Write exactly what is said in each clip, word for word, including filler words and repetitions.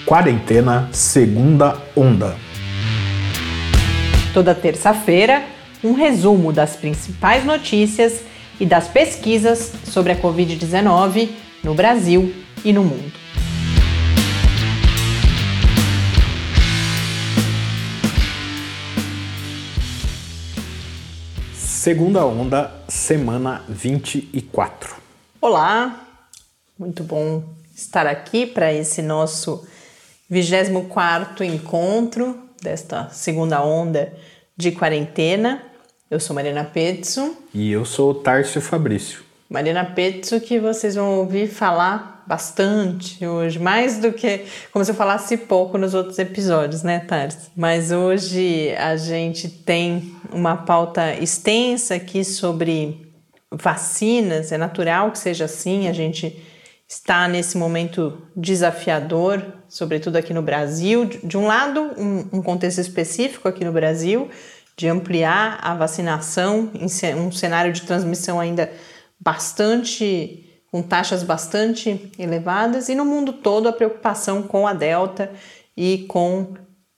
Quarentena, segunda onda. Toda terça-feira, um resumo das principais notícias e das pesquisas sobre a covid dezenove no Brasil e no mundo. Segunda onda, semana vinte e quatro. Olá, muito bom estar aqui para esse nosso vigésimo quarto encontro desta segunda onda de quarentena. Eu sou Mariana Pezzo. E eu sou o Tárcio Fabrício. Mariana Pezzo, que vocês vão ouvir falar bastante hoje, mais do que como se eu falasse pouco nos outros episódios, né, Tárcio? Mas hoje a gente tem uma pauta extensa aqui sobre vacinas. É natural que seja assim, a gente está nesse momento desafiador, sobretudo aqui no Brasil. De um lado, um, um contexto específico aqui no Brasil, de ampliar a vacinação em um cenário de transmissão ainda bastante, com taxas bastante elevadas, e no mundo todo a preocupação com a Delta e com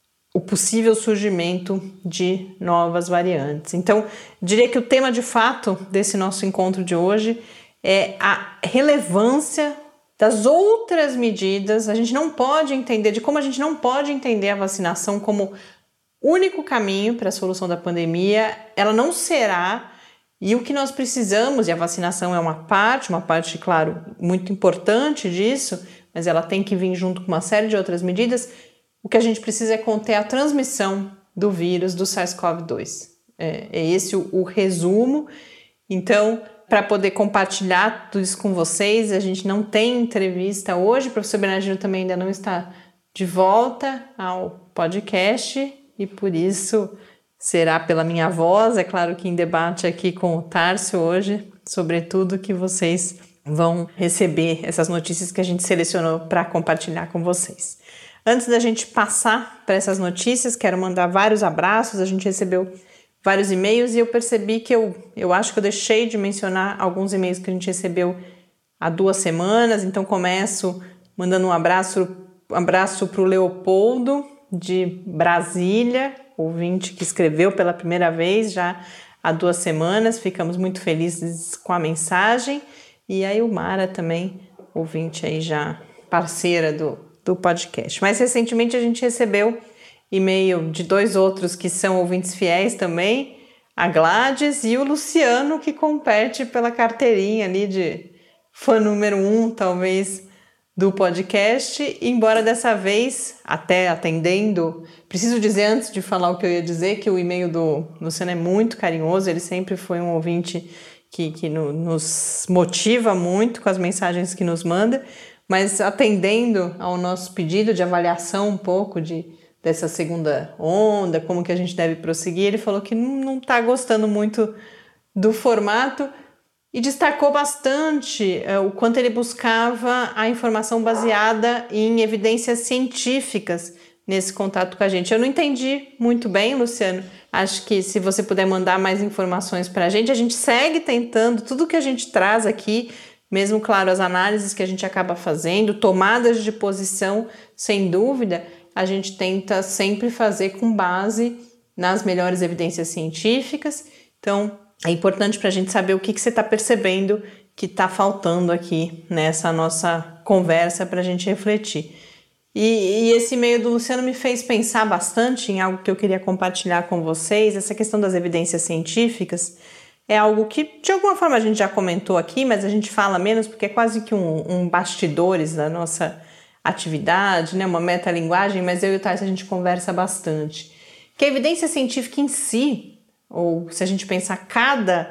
o possível surgimento de novas variantes. Então, diria que o tema de fato desse nosso encontro de hoje é a relevância das outras medidas. A gente não pode entender, de como a gente não pode entender a vacinação como único caminho para a solução da pandemia. Ela não será, e o que nós precisamos, e a vacinação é uma parte, uma parte, claro, muito importante disso, mas ela tem que vir junto com uma série de outras medidas. O que a gente precisa é conter a transmissão do vírus do SARS-CoV dois. É, é esse o, o resumo. Então, para poder compartilhar tudo isso com vocês, a gente não tem entrevista hoje. O professor Bernardino também ainda não está de volta ao podcast e por isso será pela minha voz. É claro que em debate aqui com o Tárcio hoje, sobretudo, que vocês vão receber essas notícias que a gente selecionou para compartilhar com vocês. Antes da gente passar para essas notícias, quero mandar vários abraços. A gente recebeu vários e-mails e eu percebi que eu, eu acho que eu deixei de mencionar alguns e-mails que a gente recebeu há duas semanas. Então começo mandando um abraço, um abraço para o Leopoldo de Brasília, ouvinte que escreveu pela primeira vez já há duas semanas. Ficamos muito felizes com a mensagem. E a Ilmara também, ouvinte aí já parceira do do podcast. Mais recentemente a gente recebeu e-mail de dois outros que são ouvintes fiéis também, a Gladys e o Luciano, que compete pela carteirinha ali de fã número um, talvez, do podcast, embora dessa vez, até atendendo, preciso dizer antes de falar o que eu ia dizer, que o e-mail do Luciano é muito carinhoso, ele sempre foi um ouvinte que, que no, nos motiva muito com as mensagens que nos manda, mas atendendo ao nosso pedido de avaliação um pouco de, dessa segunda onda, como que a gente deve prosseguir, ele falou que não está gostando muito do formato e destacou bastante é, o quanto ele buscava a informação baseada em evidências científicas nesse contato com a gente. Eu não entendi muito bem, Luciano. Acho que se você puder mandar mais informações para a gente, a gente segue tentando tudo que a gente traz aqui, mesmo, claro, as análises que a gente acaba fazendo, tomadas de posição, sem dúvida, a gente tenta sempre fazer com base nas melhores evidências científicas. Então, é importante para a gente saber o que, que você está percebendo que está faltando aqui nessa nossa conversa para a gente refletir. E, e esse e-mail do Luciano me fez pensar bastante em algo que eu queria compartilhar com vocês. Essa questão das evidências científicas é algo que, de alguma forma, a gente já comentou aqui, mas a gente fala menos porque é quase que um, um bastidores da nossa atividade, né? Uma metalinguagem, mas eu e o Tarso a gente conversa bastante. Que a evidência científica em si, ou se a gente pensar cada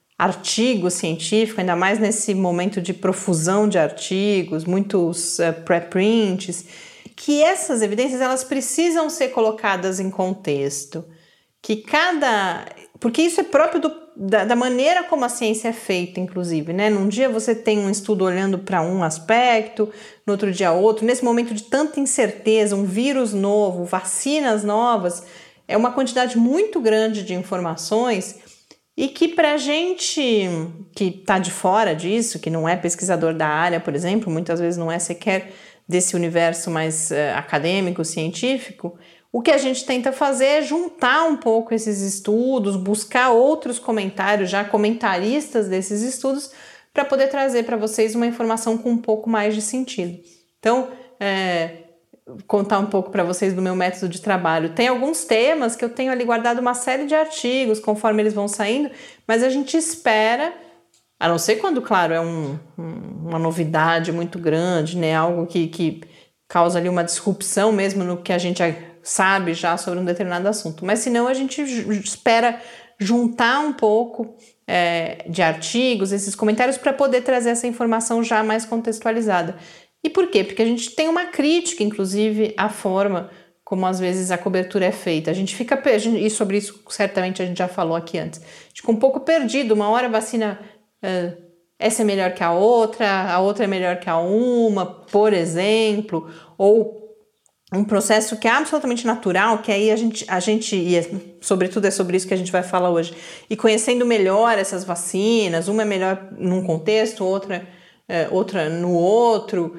artigo científico, ainda mais nesse momento de profusão de artigos, muitos uh, preprints, que essas evidências elas precisam ser colocadas em contexto. Que cada... Porque isso é próprio do, da, da maneira como a ciência é feita, inclusive, né? Num dia você tem um estudo olhando para um aspecto, no outro dia outro. Nesse momento de tanta incerteza, um vírus novo, vacinas novas, é uma quantidade muito grande de informações e que para a gente que está de fora disso, que não é pesquisador da área, por exemplo, muitas vezes não é sequer desse universo mais uh, acadêmico, científico, o que a gente tenta fazer é juntar um pouco esses estudos, buscar outros comentários, já comentaristas desses estudos, para poder trazer para vocês uma informação com um pouco mais de sentido. Então, é, contar um pouco para vocês do meu método de trabalho. Tem alguns temas que eu tenho ali guardado uma série de artigos, conforme eles vão saindo, mas a gente espera, a não ser quando, claro, é um, um, uma novidade muito grande, né? Algo que, que causa ali uma disrupção mesmo no que a gente sabe já sobre um determinado assunto. Mas senão a gente espera juntar um pouco é, de artigos, esses comentários, para poder trazer essa informação já mais contextualizada. E por quê? Porque a gente tem uma crítica, inclusive, à forma como às vezes a cobertura é feita. A gente fica, e sobre isso certamente a gente já falou aqui antes, a gente fica um pouco perdido. Uma hora a vacina, uh, essa é melhor que a outra, a outra é melhor que a uma, por exemplo, ou um processo que é absolutamente natural, que aí a gente, a gente, e é, sobretudo é sobre isso que a gente vai falar hoje, e conhecendo melhor essas vacinas, uma é melhor num contexto, outra, é, outra no outro.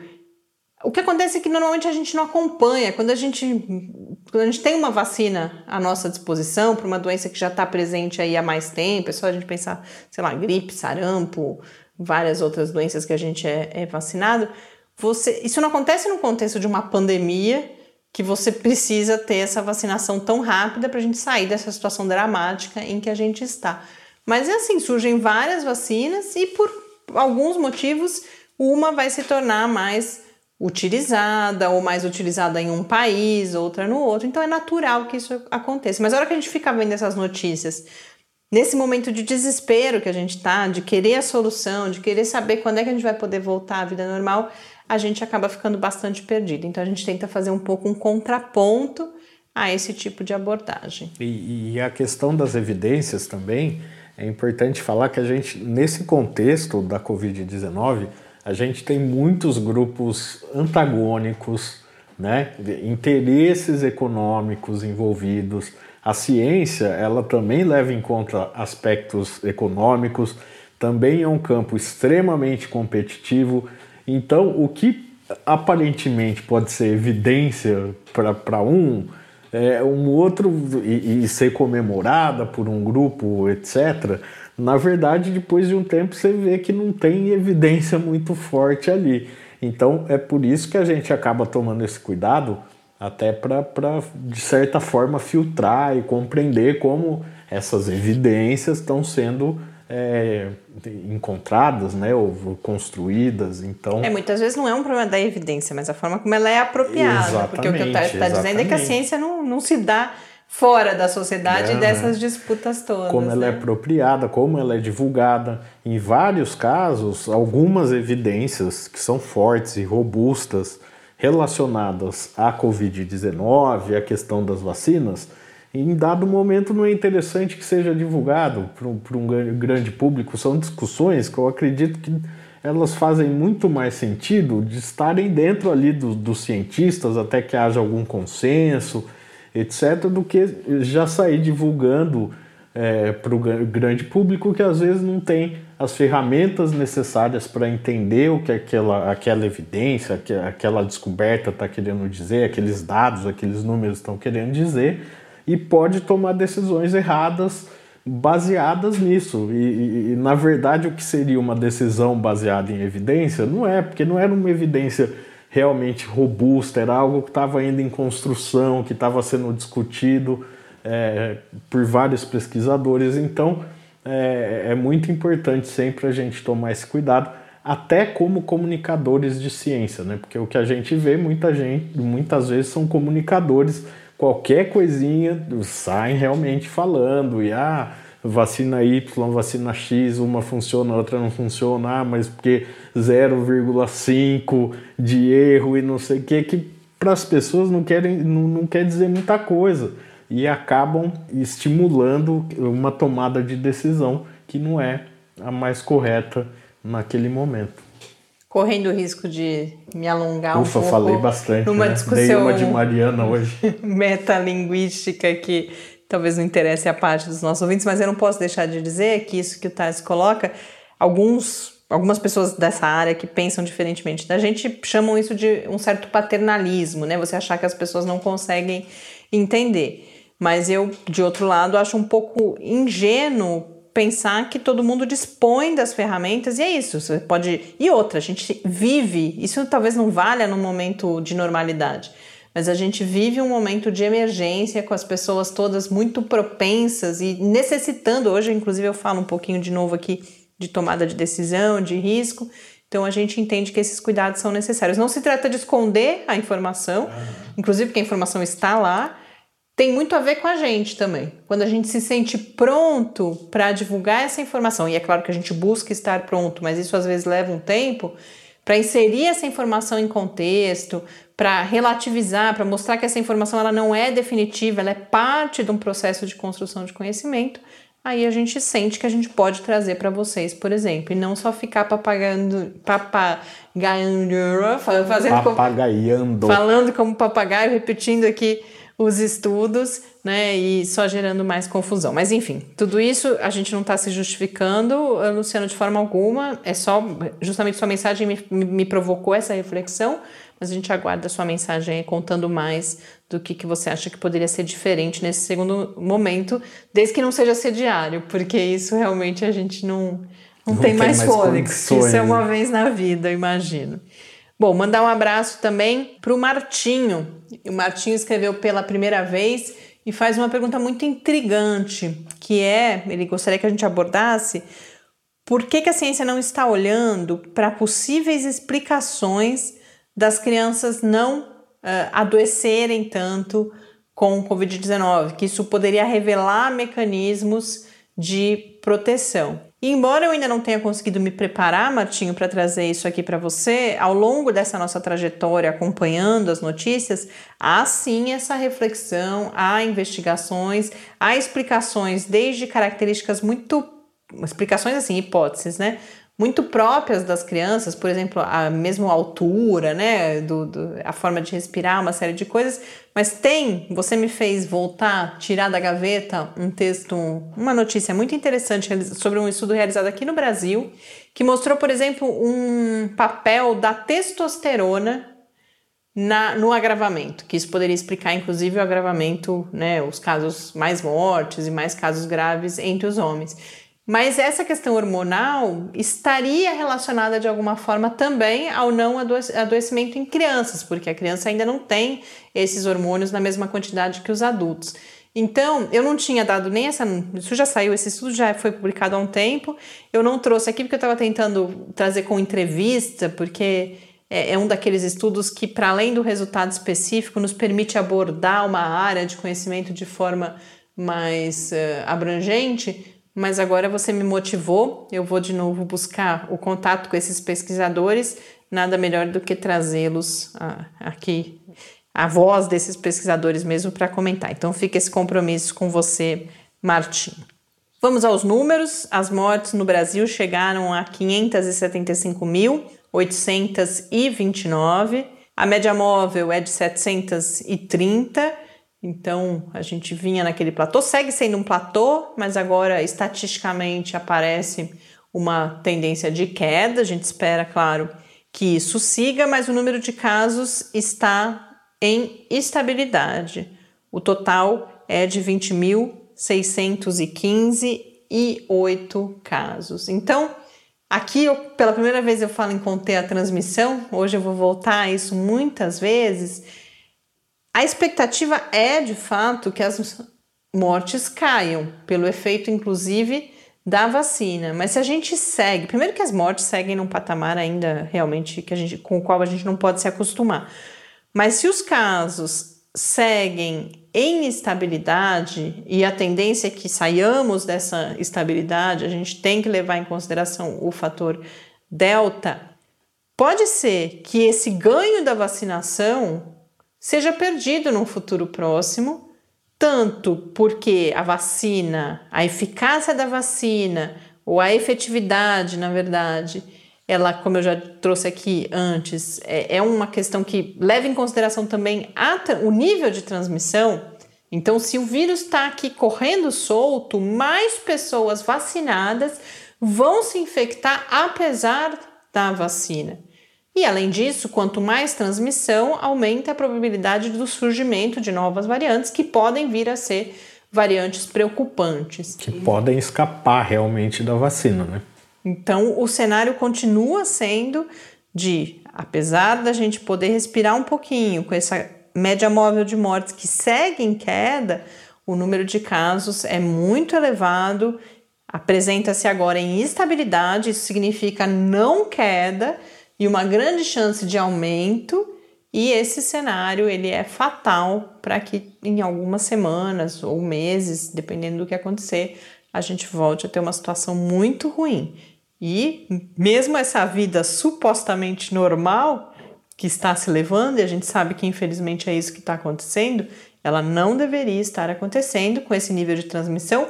O que acontece é que normalmente a gente não acompanha. Quando a gente, quando a gente tem uma vacina à nossa disposição para uma doença que já está presente aí há mais tempo, é só a gente pensar, sei lá, gripe, sarampo, várias outras doenças que a gente é, é vacinado. Você, isso não acontece no contexto de uma pandemia, que você precisa ter essa vacinação tão rápida para a gente sair dessa situação dramática em que a gente está. Mas é assim, surgem várias vacinas e por alguns motivos uma vai se tornar mais utilizada ou mais utilizada em um país, outra no outro. Então é natural que isso aconteça. Mas a hora que a gente fica vendo essas notícias, nesse momento de desespero que a gente está, de querer a solução, de querer saber quando é que a gente vai poder voltar à vida normal, a gente acaba ficando bastante perdido. Então a gente tenta fazer um pouco um contraponto a esse tipo de abordagem. E, e a questão das evidências também, é importante falar que a gente, nesse contexto da covid dezenove, a gente tem muitos grupos antagônicos, né? Interesses econômicos envolvidos. A ciência, ela também leva em conta aspectos econômicos, também é um campo extremamente competitivo. Então, o que aparentemente pode ser evidência para um, é, um outro e, e ser comemorada por um grupo, etcétera, na verdade, depois de um tempo, você vê que não tem evidência muito forte ali. Então, é por isso que a gente acaba tomando esse cuidado, até para, de certa forma, filtrar e compreender como essas evidências estão sendo é, encontradas, né, ou construídas. Então, é, muitas vezes não é um problema da evidência, mas a forma como ela é apropriada. Exatamente, porque o que eu estou tá dizendo é que a ciência não, não se dá fora da sociedade é, dessas disputas todas. Como ela né? é apropriada, como ela é divulgada. Em vários casos, algumas evidências que são fortes e robustas relacionadas à covid dezenove, à questão das vacinas, em dado momento não é interessante que seja divulgado para um grande público. São discussões que eu acredito que elas fazem muito mais sentido de estarem dentro ali do, dos cientistas, até que haja algum consenso, etcétera, do que já sair divulgando é, para o grande público que às vezes não tem as ferramentas necessárias para entender o que aquela, aquela evidência, aquela descoberta está querendo dizer, aqueles dados, aqueles números estão querendo dizer, e pode tomar decisões erradas baseadas nisso. E, e, e, na verdade, o que seria uma decisão baseada em evidência não é, porque não era uma evidência realmente robusta, era algo que estava ainda em construção, que estava sendo discutido é, por vários pesquisadores. Então, é, é muito importante sempre a gente tomar esse cuidado, até como comunicadores de ciência, né? Porque o que a gente vê, muita gente, muitas vezes são comunicadores, qualquer coisinha saem realmente falando, e ah, vacina Y, vacina X, uma funciona, a outra não funciona, ah, mas porque zero vírgula cinco de erro e não sei o que, que para as pessoas não, querem, não, não quer dizer muita coisa, e acabam estimulando uma tomada de decisão que não é a mais correta naquele momento. Correndo o risco de me alongar Ufa, um pouco. falei bastante, numa né? discussão Dei uma de Mariana hoje. metalinguística que talvez não interesse a parte dos nossos ouvintes, mas eu não posso deixar de dizer que isso que o Tarso coloca, alguns, algumas pessoas dessa área que pensam diferentemente da gente chamam isso de um certo paternalismo, né? Você achar que as pessoas não conseguem entender. Mas eu, de outro lado, acho um pouco ingênuo pensar que todo mundo dispõe das ferramentas e é isso, você pode... E outra, a gente vive, isso talvez não valha num momento de normalidade, mas a gente vive um momento de emergência com as pessoas todas muito propensas e necessitando, hoje inclusive eu falo um pouquinho de novo aqui de tomada de decisão, de risco, então a gente entende que esses cuidados são necessários. Não se trata de esconder a informação, inclusive porque a informação está lá, tem muito a ver com a gente também. Quando a gente se sente pronto para divulgar essa informação, e é claro que a gente busca estar pronto, mas isso às vezes leva um tempo, para inserir essa informação em contexto, para relativizar, para mostrar que essa informação ela não é definitiva, ela é parte de um processo de construção de conhecimento, aí a gente sente que a gente pode trazer para vocês, por exemplo, e não só ficar papagaiando, papagaiando, fazendo papagaiando. Como, falando como papagaio, repetindo aqui os estudos, né, e só gerando mais confusão. Mas enfim, tudo isso a gente não está se justificando, Luciano, de forma alguma, é só, justamente sua mensagem me, me provocou essa reflexão, mas a gente aguarda a sua mensagem aí contando mais do que, que você acha que poderia ser diferente nesse segundo momento, desde que não seja sediário, porque isso realmente a gente não, não, não tem, tem mais, mais fôlego, isso é uma vez na vida, eu imagino. Bom, mandar um abraço também para o Martinho. O Martinho escreveu pela primeira vez e faz uma pergunta muito intrigante, que é, ele gostaria que a gente abordasse, por que, que a ciência não está olhando para possíveis explicações das crianças não uh, adoecerem tanto com o covid dezenove, que isso poderia revelar mecanismos de proteção. E embora eu ainda não tenha conseguido me preparar, Martinho, para trazer isso aqui para você, ao longo dessa nossa trajetória acompanhando as notícias, há sim essa reflexão, há investigações, há explicações desde características muito, explicações assim, hipóteses, né? Muito próprias das crianças, por exemplo, a mesma altura, né, do, do, a forma de respirar, uma série de coisas, mas tem, você me fez voltar, tirar da gaveta um texto, uma notícia muito interessante sobre um estudo realizado aqui no Brasil, que mostrou, por exemplo, um papel da testosterona na, no agravamento, que isso poderia explicar, inclusive, o agravamento, né, os casos mais mortes e mais casos graves entre os homens. Mas essa questão hormonal estaria relacionada de alguma forma também ao não adoecimento em crianças, porque a criança ainda não tem esses hormônios na mesma quantidade que os adultos. Então, eu não tinha dado nem essa... Isso já saiu, esse estudo já foi publicado há um tempo. Eu não trouxe aqui porque eu estava tentando trazer com entrevista, porque é, é um daqueles estudos que, para além do resultado específico, nos permite abordar uma área de conhecimento de forma mais uh, abrangente. Mas agora você me motivou, eu vou de novo buscar o contato com esses pesquisadores, nada melhor do que trazê-los ah, aqui, a voz desses pesquisadores mesmo para comentar. Então fica esse compromisso com você, Martinho. Vamos aos números. As mortes no Brasil chegaram a quinhentos e setenta e cinco mil, oitocentos e vinte e nove, a média móvel é de setecentos e trinta. Então, a gente vinha naquele platô, segue sendo um platô, mas agora estatisticamente aparece uma tendência de queda. A gente espera, claro, que isso siga, mas o número de casos está em estabilidade. O total é de vinte mil seiscentos e quinze e oito casos. Então, aqui, eu, pela primeira vez eu falo em conter a transmissão, hoje eu vou voltar a isso muitas vezes. A expectativa é, de fato, que as mortes caiam, pelo efeito, inclusive, da vacina. Mas se a gente segue... Primeiro que as mortes seguem num patamar ainda, realmente, que a gente, com o qual a gente não pode se acostumar. Mas se os casos seguem em estabilidade, e a tendência é que saiamos dessa estabilidade, a gente tem que levar em consideração o fator delta, pode ser que esse ganho da vacinação seja perdido num futuro próximo, tanto porque a vacina, a eficácia da vacina, ou a efetividade, na verdade, ela, como eu já trouxe aqui antes, é, é uma questão que leva em consideração também a, o nível de transmissão, Então, se o vírus está aqui correndo solto, mais pessoas vacinadas vão se infectar apesar da vacina. E, além disso, quanto mais transmissão, aumenta a probabilidade do surgimento de novas variantes que podem vir a ser variantes preocupantes. Que podem escapar realmente da vacina, né? Então, o cenário continua sendo de, apesar da gente poder respirar um pouquinho com essa média móvel de mortes que segue em queda, o número de casos é muito elevado, apresenta-se agora em instabilidade, isso significa não queda e uma grande chance de aumento, e esse cenário ele é fatal para que em algumas semanas ou meses, dependendo do que acontecer, a gente volte a ter uma situação muito ruim. E mesmo essa vida supostamente normal que está se levando, e a gente sabe que infelizmente é isso que está acontecendo, ela não deveria estar acontecendo com esse nível de transmissão.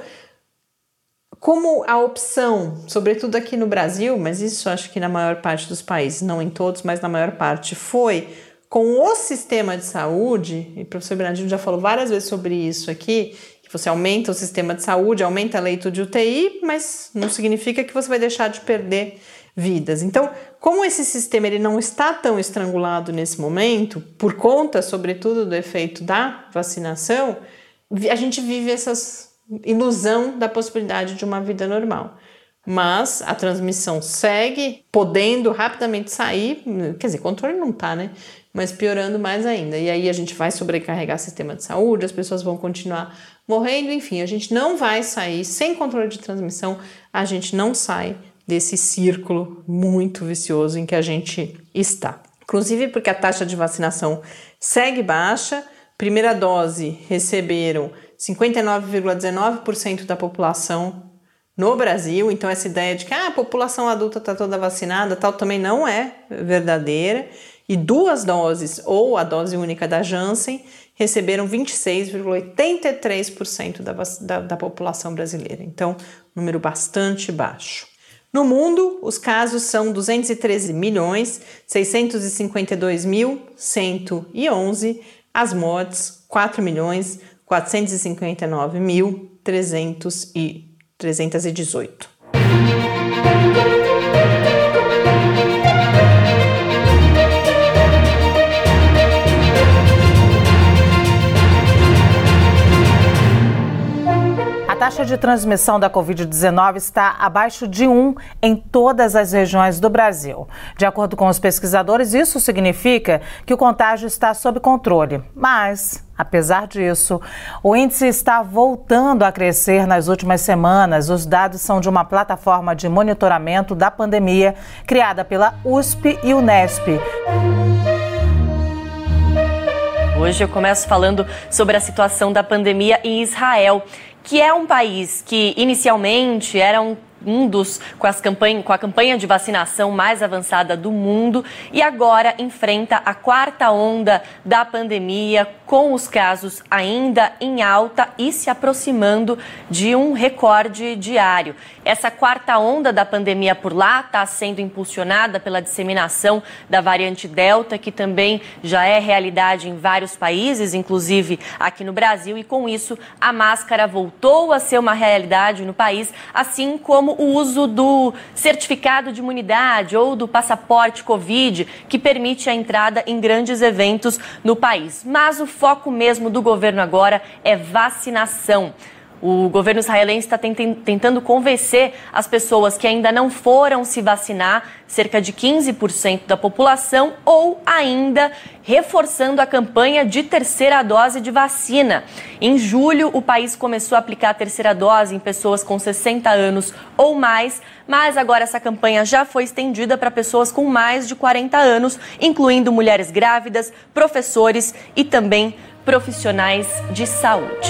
Como a opção, sobretudo aqui no Brasil, mas isso acho que na maior parte dos países, não em todos, mas na maior parte, foi com o sistema de saúde, e o professor Bernardino já falou várias vezes sobre isso aqui, que você aumenta o sistema de saúde, aumenta leito de U T I, mas não significa que você vai deixar de perder vidas. Então, como esse sistema ele não está tão estrangulado nesse momento, por conta, sobretudo, do efeito da vacinação, a gente vive essa ilusão da possibilidade de uma vida normal. Mas a transmissão segue, podendo rapidamente sair, quer dizer, controle não está, né? Mas piorando mais ainda. E aí a gente vai sobrecarregar o sistema de saúde, as pessoas vão continuar morrendo, enfim, a gente não vai sair sem controle de transmissão, a gente não sai desse círculo muito vicioso em que a gente está. Inclusive porque a taxa de vacinação segue baixa, primeira dose receberam cinquenta e nove vírgula dezenove por cento da população no Brasil, então essa ideia de que ah, a população adulta está toda vacinada, tal, também não é verdadeira, e duas doses, ou a dose única da Janssen, receberam vinte e seis vírgula oitenta e três por cento da, da, da população brasileira, então número bastante baixo. No mundo, os casos são duzentos e treze milhões, seiscentos e cinquenta e dois mil, cento e onze, as mortes, quatro milhões, quatrocentos e cinquenta e nove mil, trezentos e dezoito. A taxa de transmissão da covid dezenove está abaixo de um em todas as regiões do Brasil. De acordo com os pesquisadores, isso significa que o contágio está sob controle. Mas, apesar disso, o índice está voltando a crescer nas últimas semanas. Os dados são de uma plataforma de monitoramento da pandemia criada pela U S P e Unesp. Hoje eu começo falando sobre a situação da pandemia em Israel, que é um país que inicialmente era um, um dos com, as campanha, com a campanha de vacinação mais avançada do mundo e agora enfrenta a quarta onda da pandemia, com os casos ainda em alta e se aproximando de um recorde diário. Essa quarta onda da pandemia por lá está sendo impulsionada pela disseminação da variante Delta, que também já é realidade em vários países, inclusive aqui no Brasil, e com isso a máscara voltou a ser uma realidade no país, assim como o uso do certificado de imunidade ou do passaporte Covid, que permite a entrada em grandes eventos no país. Mas o foco mesmo do governo agora é vacinação. O governo israelense está tentando convencer as pessoas que ainda não foram se vacinar, cerca de quinze por cento da população, ou ainda reforçando a campanha de terceira dose de vacina. Em julho, o país começou a aplicar a terceira dose em pessoas com sessenta anos ou mais, mas agora essa campanha já foi estendida para pessoas com mais de quarenta anos, incluindo mulheres grávidas, professores e também profissionais de saúde.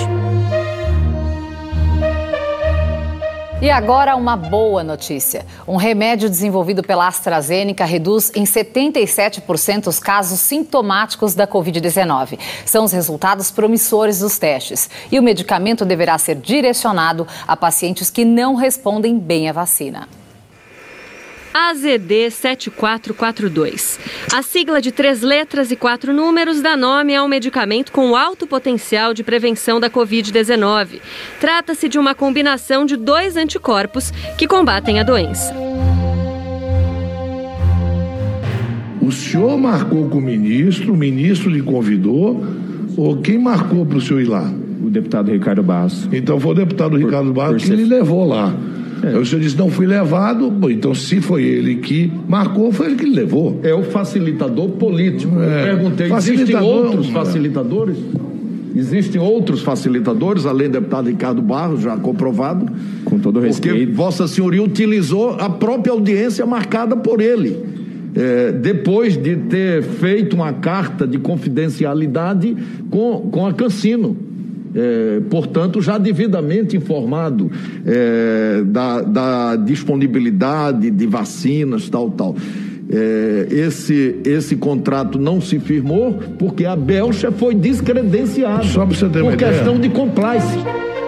E agora uma boa notícia. Um remédio desenvolvido pela AstraZeneca reduz em setenta e sete por cento os casos sintomáticos da covid dezenove. São os resultados promissores dos testes. E o medicamento deverá ser direcionado a pacientes que não respondem bem à vacina. A Z D sete quatro quatro dois. A sigla de três letras e quatro números dá nome a um medicamento com alto potencial de prevenção da covid dezenove. Trata-se de uma combinação de dois anticorpos que combatem a doença. O senhor marcou com o ministro, o ministro lhe convidou, ou quem marcou para o senhor ir lá? O deputado Ricardo Barros. Então foi o deputado por, Ricardo Barros que ser... lhe levou lá. É. Aí o senhor disse, não fui levado, bom, então se foi ele que marcou, foi ele que lhe levou. É o facilitador político. É. Eu perguntei, facilitador, existem outros facilitadores? Existem outros facilitadores, além do deputado Ricardo Barros, já comprovado? Com todo respeito. Porque Vossa Senhoria utilizou a própria audiência marcada por ele. É, depois de ter feito uma carta de confidencialidade com, com a Cancino. É, portanto, já devidamente informado é, da, da disponibilidade de vacinas, tal, tal. É, esse, esse contrato não se firmou porque a Belcha foi descredenciada. Só pra você ter uma por ideia. Questão de compliance.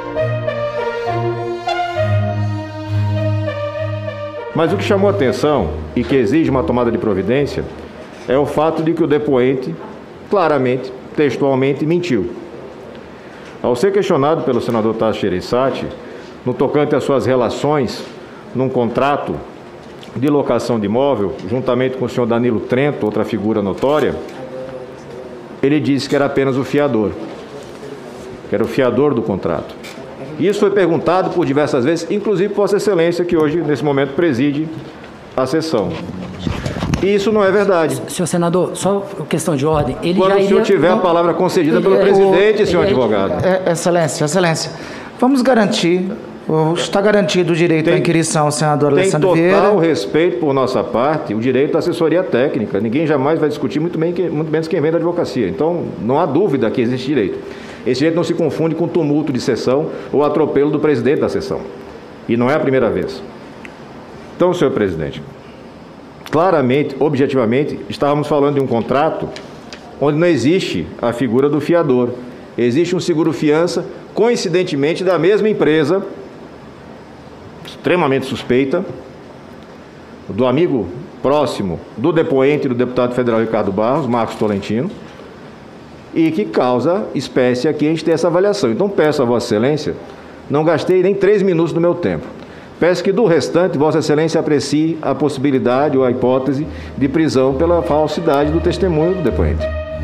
Mas o que chamou a atenção e que exige uma tomada de providência é o fato de que o depoente, claramente, textualmente, mentiu. Ao ser questionado pelo senador Tasso Gereissati, no tocante às suas relações num contrato de locação de imóvel, juntamente com o senhor Danilo Trento, outra figura notória, ele disse que era apenas o fiador, que era o fiador do contrato. Isso foi perguntado por diversas vezes, inclusive por Vossa Excelência, que hoje, nesse momento, preside a sessão. E isso não é verdade. Senhor senador, só questão de ordem. Ele Quando já o senhor iria... tiver não, a palavra concedida ele, pelo é, presidente, o, senhor é, advogado. É, excelência, excelência. Vamos garantir, está garantido o direito tem, à inquirição, senador Alessandro Vieira. Tem total respeito por nossa parte, o direito à assessoria técnica. Ninguém jamais vai discutir, muito, bem, muito menos quem vem da advocacia. Então, não há dúvida que existe direito. Esse direito não se confunde com tumulto de sessão ou atropelo do presidente da sessão. E não é a primeira vez. Então, senhor presidente, claramente, objetivamente, estávamos falando de um contrato onde não existe a figura do fiador. Existe um seguro-fiança, coincidentemente, da mesma empresa, extremamente suspeita, do amigo próximo do depoente do deputado federal Ricardo Barros, Marcos Tolentino, e que causa espécie aqui a gente ter essa avaliação. Então peço a Vossa Excelência, não gastei nem três minutos do meu tempo. Peço que do restante Vossa Excelência aprecie a possibilidade ou a hipótese de prisão pela falsidade do testemunho do depoente.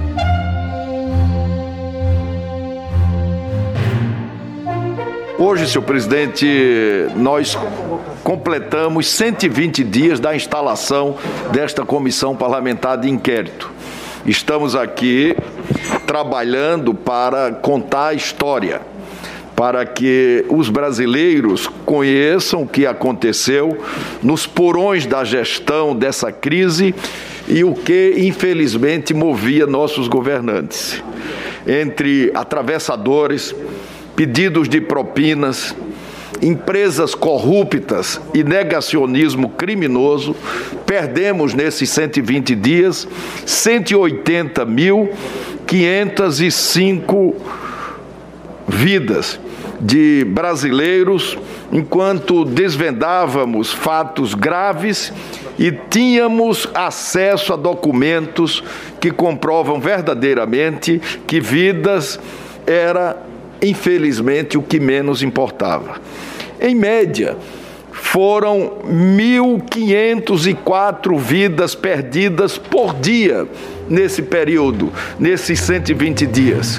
Hoje, senhor presidente, nós completamos cento e vinte dias da instalação desta comissão parlamentar de inquérito. Estamos aqui trabalhando para contar a história, para que os brasileiros conheçam o que aconteceu nos porões da gestão dessa crise e o que, infelizmente, movia nossos governantes. Entre atravessadores, pedidos de propinas, empresas corruptas e negacionismo criminoso, perdemos nesses cento e vinte dias cento e oitenta mil quinhentas e cinco vidas de brasileiros, enquanto desvendávamos fatos graves e tínhamos acesso a documentos que comprovam verdadeiramente que vidas era, infelizmente, o que menos importava. Em média, foram mil quinhentas e quatro vidas perdidas por dia nesse período, nesses cento e vinte dias.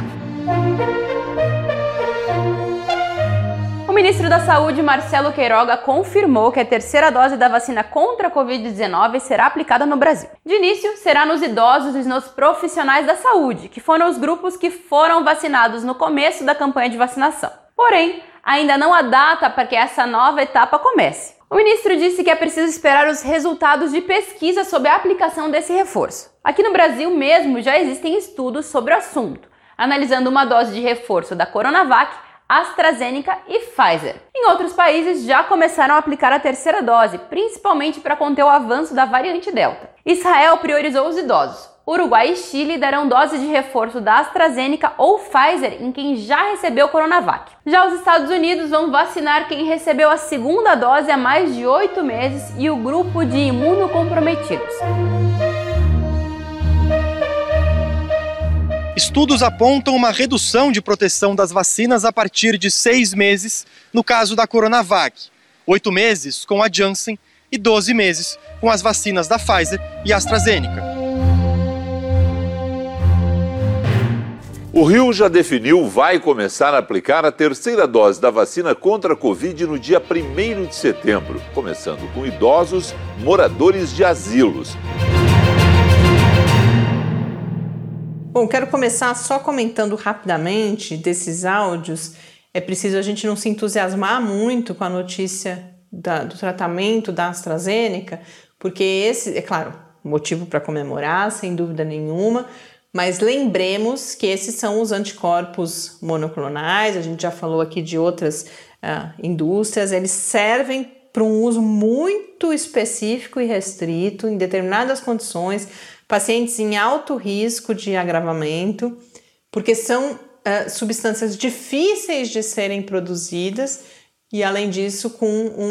O ministro da Saúde, Marcelo Queiroga, confirmou que a terceira dose da vacina contra a covid dezenove será aplicada no Brasil. De início, será nos idosos e nos profissionais da saúde, que foram os grupos que foram vacinados no começo da campanha de vacinação. Porém, ainda não há data para que essa nova etapa comece. O ministro disse que é preciso esperar os resultados de pesquisa sobre a aplicação desse reforço. Aqui no Brasil mesmo já existem estudos sobre o assunto, analisando uma dose de reforço da Coronavac, AstraZeneca e Pfizer. Em outros países já começaram a aplicar a terceira dose, principalmente para conter o avanço da variante Delta. Israel priorizou os idosos. Uruguai e Chile darão dose de reforço da AstraZeneca ou Pfizer em quem já recebeu Coronavac. Já os Estados Unidos vão vacinar quem recebeu a segunda dose há mais de oito meses e o grupo de imunocomprometidos. Estudos apontam uma redução de proteção das vacinas a partir de seis meses no caso da Coronavac, oito meses com a Janssen e doze meses com as vacinas da Pfizer e AstraZeneca. O Rio já definiu, vai começar a aplicar a terceira dose da vacina contra a Covid no dia primeiro de setembro, começando com idosos, moradores de asilos. Bom, quero começar só comentando rapidamente desses áudios. É preciso a gente não se entusiasmar muito com a notícia da, do tratamento da AstraZeneca, porque esse, é claro, motivo para comemorar, sem dúvida nenhuma, mas lembremos que esses são os anticorpos monoclonais, a gente já falou aqui de outras uh, indústrias, eles servem para um uso muito específico e restrito, em determinadas condições, pacientes em alto risco de agravamento, porque são uh, substâncias difíceis de serem produzidas e, além disso, com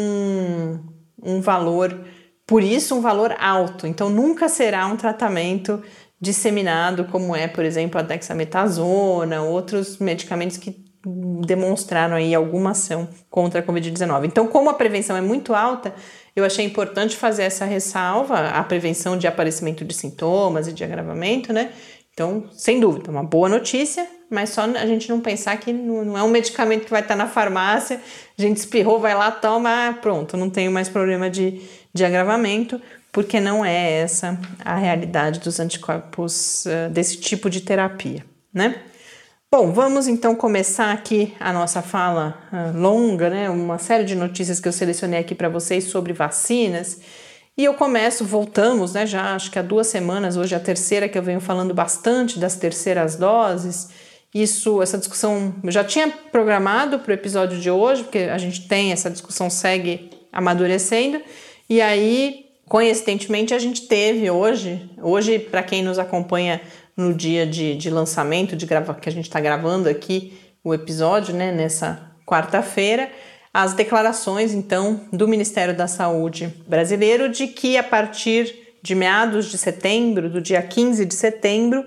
um, um valor, por isso, um valor alto. Então, nunca será um tratamento disseminado, como é, por exemplo, a dexametasona, outros medicamentos que demonstraram aí alguma ação contra a covid dezenove. Então, como a prevenção é muito alta, eu achei importante fazer essa ressalva, a prevenção de aparecimento de sintomas e de agravamento, né? Então, sem dúvida, uma boa notícia, mas só a gente não pensar que não é um medicamento que vai estar na farmácia, a gente espirrou, vai lá, toma, pronto, não tenho mais problema de, de agravamento, porque não é essa a realidade dos anticorpos uh, desse tipo de terapia, né? Bom, vamos então começar aqui a nossa fala uh, longa, né? Uma série de notícias que eu selecionei aqui para vocês sobre vacinas. E eu começo, voltamos, né? Já acho que há duas semanas, hoje é a terceira que eu venho falando bastante das terceiras doses. Isso, essa discussão eu já tinha programado para o episódio de hoje, porque a gente tem, essa discussão segue amadurecendo. E aí, coincidentemente, a gente teve hoje, hoje para quem nos acompanha no dia de, de lançamento, de grava, que a gente está gravando aqui o episódio, né, nessa quarta-feira, as declarações, então, do Ministério da Saúde brasileiro de que a partir de meados de setembro, do dia quinze de setembro,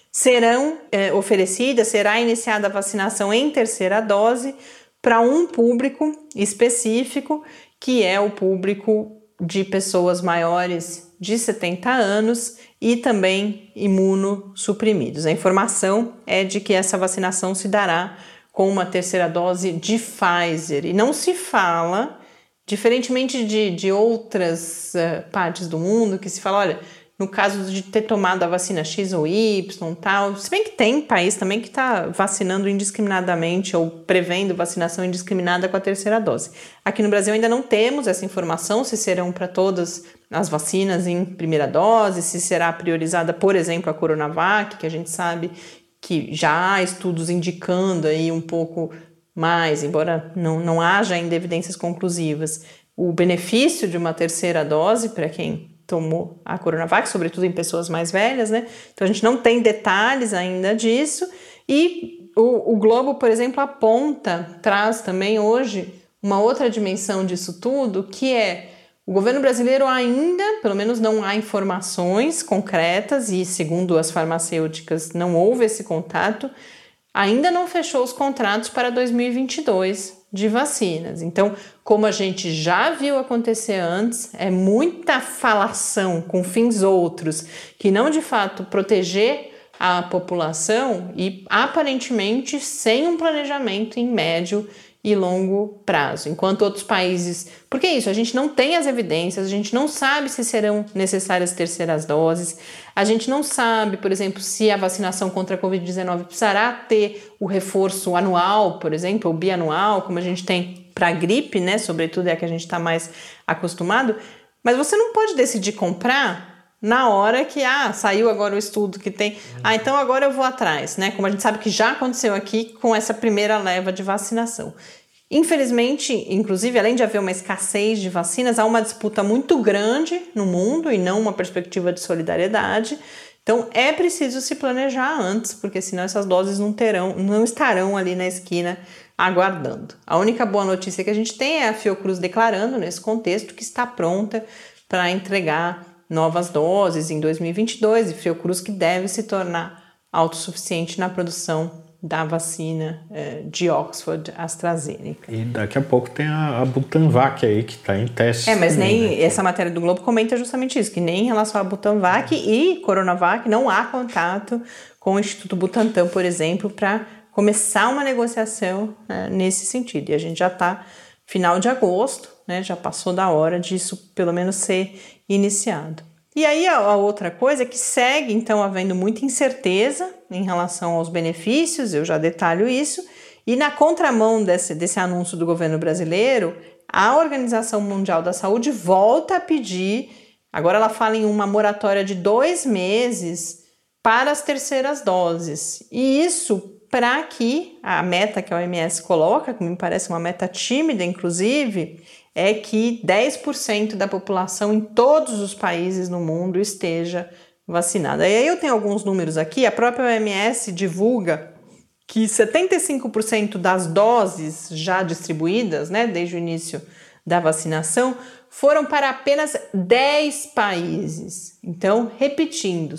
serão é, oferecidas, será iniciada a vacinação em terceira dose para um público específico, que é o público de pessoas maiores de setenta anos e também imunossuprimidos. A informação é de que essa vacinação se dará com uma terceira dose de Pfizer. E não se fala, diferentemente de, de outras uh, partes do mundo, que se fala, olha, no caso de ter tomado a vacina X ou Y, tal, se bem que tem país também que está vacinando indiscriminadamente ou prevendo vacinação indiscriminada com a terceira dose. Aqui no Brasil ainda não temos essa informação, se serão para todas as vacinas em primeira dose, se será priorizada, por exemplo, a Coronavac, que a gente sabe que já há estudos indicando aí um pouco mais, embora não, não haja ainda evidências conclusivas, o benefício de uma terceira dose para quem tomou a Coronavac, sobretudo em pessoas mais velhas, né? Então a gente não tem detalhes ainda disso e o, o Globo, por exemplo, aponta, traz também hoje uma outra dimensão disso tudo, que é o governo brasileiro ainda, pelo menos não há informações concretas e segundo as farmacêuticas não houve esse contato, ainda não fechou os contratos para dois mil e vinte e dois de vacinas. Então, como a gente já viu acontecer antes, é muita falação com fins outros que não de fato proteger a população e aparentemente sem um planejamento em médio e longo prazo, enquanto outros países... Porque é isso, a gente não tem as evidências, a gente não sabe se serão necessárias terceiras doses, a gente não sabe, por exemplo, se a vacinação contra a covid dezenove precisará ter o reforço anual, por exemplo, ou bianual, como a gente tem para a gripe, né? Sobretudo é a que a gente está mais acostumado, mas você não pode decidir comprar na hora que, ah, saiu agora o estudo que tem, ah, então agora eu vou atrás, né? Como a gente sabe que já aconteceu aqui com essa primeira leva de vacinação. Infelizmente, inclusive, além de haver uma escassez de vacinas, há uma disputa muito grande no mundo e não uma perspectiva de solidariedade. Então, é preciso se planejar antes, porque senão essas doses não terão, não estarão ali na esquina aguardando. A única boa notícia que a gente tem é a Fiocruz declarando, nesse contexto, que está pronta para entregar novas doses em dois mil e vinte e dois, e Fiocruz que deve se tornar autossuficiente na produção da vacina eh, de Oxford AstraZeneca. E daqui a pouco tem a, a Butanvac aí, que está em teste. É, mas também, nem né? essa matéria do Globo comenta justamente isso, que nem em relação à Butanvac e Coronavac não há contato com o Instituto Butantan, por exemplo, para começar uma negociação né, nesse sentido. E a gente já está final de agosto, né, já passou da hora disso pelo menos ser iniciado. E aí a, a outra coisa é que segue, então, havendo muita incerteza em relação aos benefícios, eu já detalho isso, e na contramão desse, desse anúncio do governo brasileiro, a Organização Mundial da Saúde volta a pedir, agora ela fala em uma moratória de dois meses para as terceiras doses. E isso para que a meta que a O M S coloca, que me parece uma meta tímida, inclusive, é que dez por cento da população em todos os países no mundo esteja vacinada. E aí eu tenho alguns números aqui, a própria O M S divulga que setenta e cinco por cento das doses já distribuídas, né, desde o início da vacinação, foram para apenas dez países. Então, repetindo,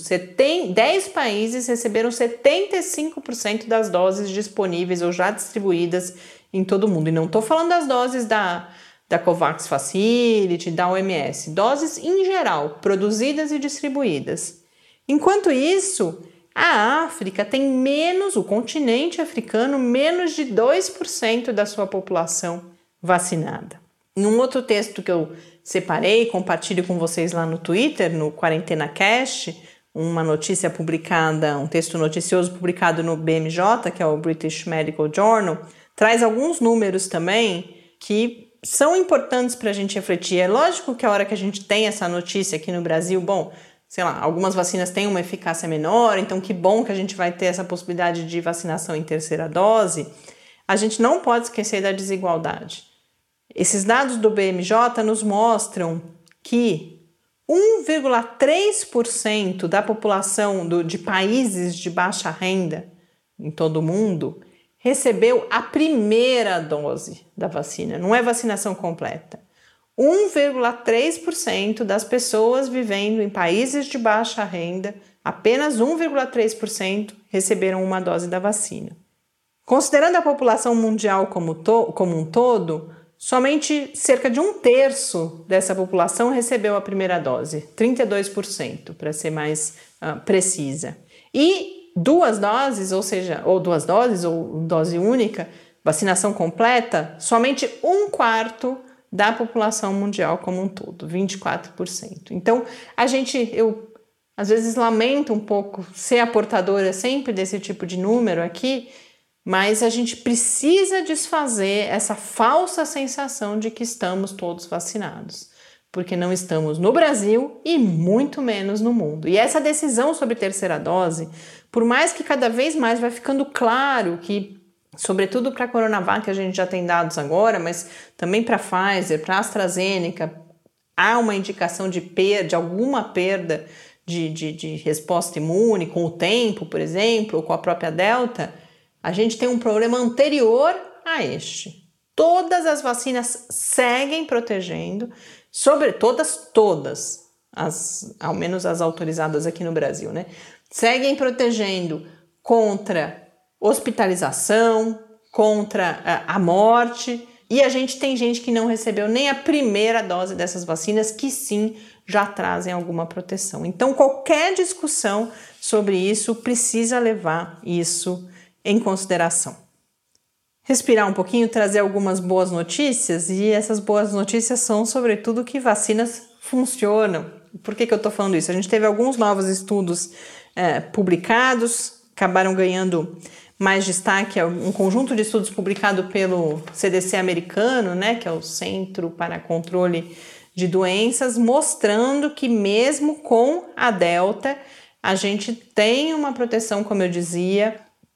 dez países receberam setenta e cinco por cento das doses disponíveis ou já distribuídas em todo o mundo. E não estou falando das doses da... da COVAX Facility, da O M S, doses em geral, produzidas e distribuídas. Enquanto isso, a África tem menos, o continente africano, menos de dois por cento da sua população vacinada. Num outro texto que eu separei, compartilho com vocês lá no Twitter, no Quarentena Cast, uma notícia publicada, um texto noticioso publicado no B M J, que é o British Medical Journal, traz alguns números também que são importantes para a gente refletir. É lógico que a hora que a gente tem essa notícia aqui no Brasil, bom, sei lá, algumas vacinas têm uma eficácia menor, então que bom que a gente vai ter essa possibilidade de vacinação em terceira dose. A gente não pode esquecer da desigualdade. Esses dados do B M J nos mostram que um vírgula três por cento da população do, de países de baixa renda em todo o mundo recebeu a primeira dose da vacina, não é vacinação completa. um vírgula três por cento das pessoas vivendo em países de baixa renda, apenas um vírgula três por cento receberam uma dose da vacina. Considerando a população mundial como, to- como um todo, somente cerca de um terço dessa população recebeu a primeira dose, trinta e dois por cento, para ser mais uh, precisa. E duas doses, ou seja, ou duas doses, ou dose única, vacinação completa, somente um quarto da população mundial como um todo, vinte e quatro por cento. Então, a gente, eu às vezes lamento um pouco ser a portadora sempre desse tipo de número aqui, mas a gente precisa desfazer essa falsa sensação de que estamos todos vacinados, porque não estamos no Brasil e muito menos no mundo. E essa decisão sobre terceira dose, por mais que cada vez mais vai ficando claro que, sobretudo para a Coronavac, a gente já tem dados agora, mas também para a Pfizer, para a AstraZeneca, há uma indicação de perda, de alguma perda de, de, de resposta imune com o tempo, por exemplo, ou com a própria Delta. A gente tem um problema anterior a este. Todas as vacinas seguem protegendo, sobre todas, todas, as, ao menos as autorizadas aqui no Brasil, né? Seguem protegendo contra hospitalização, contra a, a morte, e a gente tem gente que não recebeu nem a primeira dose dessas vacinas, que sim, já trazem alguma proteção. Então, qualquer discussão sobre isso precisa levar isso em consideração. Respirar um pouquinho, trazer algumas boas notícias, e essas boas notícias são, sobretudo, que vacinas funcionam. Por que que eu estou falando isso? A gente teve alguns novos estudos é, publicados, acabaram ganhando mais destaque, um conjunto de estudos publicado pelo C D C americano, né, que é o Centro para Controle de Doenças, mostrando que mesmo com a Delta, a gente tem uma proteção, como eu dizia,